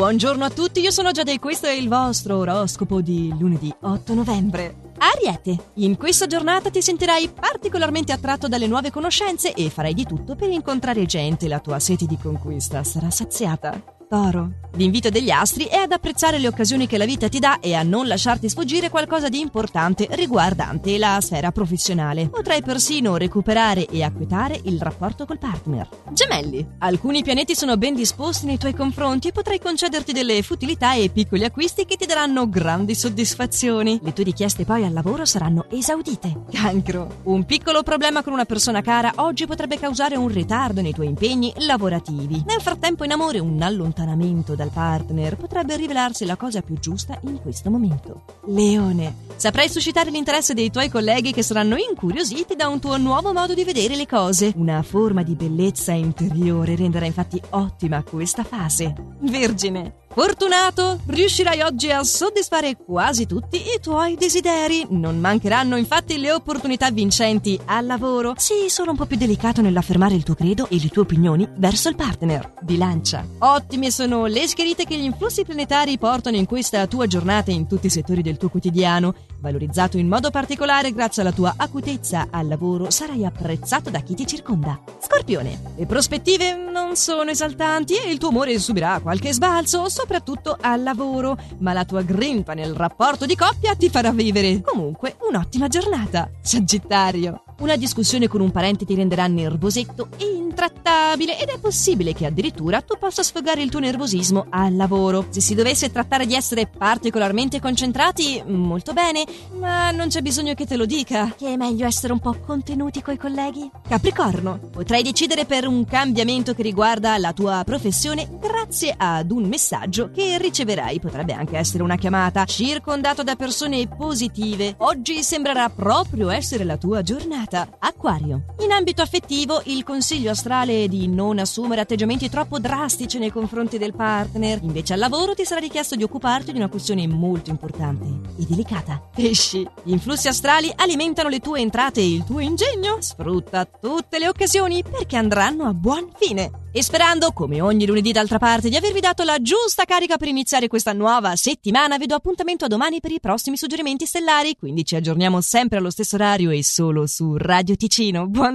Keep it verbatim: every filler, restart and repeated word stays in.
Buongiorno a tutti, io sono Giada e questo è il vostro oroscopo di lunedì otto novembre. Ariete, in questa giornata ti sentirai particolarmente attratto dalle nuove conoscenze e farai di tutto per incontrare gente, la tua sete di conquista sarà saziata. Toro, l'invito degli astri è ad apprezzare le occasioni che la vita ti dà e a non lasciarti sfuggire qualcosa di importante riguardante la sfera professionale. Potrai persino recuperare e acquietare il rapporto col partner. Gemelli, alcuni pianeti sono ben disposti nei tuoi confronti e potrai concederti delle futilità e piccoli acquisti che ti daranno grandi soddisfazioni. Le tue richieste poi al lavoro saranno esaudite. Cancro, un piccolo problema con una persona cara oggi potrebbe causare un ritardo nei tuoi impegni lavorativi. Nel frattempo in amore un allontanamento dal partner potrebbe rivelarsi la cosa più giusta in questo momento. Leone, saprai suscitare l'interesse dei tuoi colleghi che saranno incuriositi da un tuo nuovo modo di vedere le cose. Una forma di bellezza interiore renderà infatti ottima questa fase. Vergine, fortunato, riuscirai oggi a soddisfare quasi tutti i tuoi desideri. Non mancheranno infatti le opportunità vincenti al lavoro. Sii solo un po' più delicato nell'affermare il tuo credo e le tue opinioni verso il partner. Bilancia, ottime sono le schiarite che gli influssi planetari portano in questa tua giornata in tutti i settori del tuo quotidiano. Valorizzato in modo particolare grazie alla tua acutezza al lavoro, sarai apprezzato da chi ti circonda. Scorpione, le prospettive non sono esaltanti e il tuo umore subirà qualche sbalzo, soprattutto al lavoro, ma la tua grinta nel rapporto di coppia ti farà vivere comunque un'ottima giornata. Sagittario, una discussione con un parente ti renderà nervosetto e intrattabile ed è possibile che addirittura tu possa sfogare il tuo nervosismo al lavoro. Se si dovesse trattare di essere particolarmente concentrati, molto bene, ma non c'è bisogno che te lo dica, che è meglio essere un po' contenuti coi colleghi. Capricorno, potrai decidere per un cambiamento che riguarda la tua professione grazie ad un messaggio che riceverai, potrebbe anche essere una chiamata. Circondato da persone positive, oggi sembrerà proprio essere la tua giornata. Acquario, in ambito affettivo il consiglio astrale è di non assumere atteggiamenti troppo drastici nei confronti del partner, invece al lavoro ti sarà richiesto di occuparti di una questione molto importante e delicata. Pesci, gli influssi astrali alimentano le tue entrate e il tuo ingegno. Sfrutta tutte le occasioni perché andranno a buon fine. E sperando, come ogni lunedì d'altra parte, di avervi dato la giusta carica per iniziare questa nuova settimana, vi do appuntamento a domani per i prossimi suggerimenti stellari, quindi ci aggiorniamo sempre allo stesso orario e solo su Radio Ticino. Buon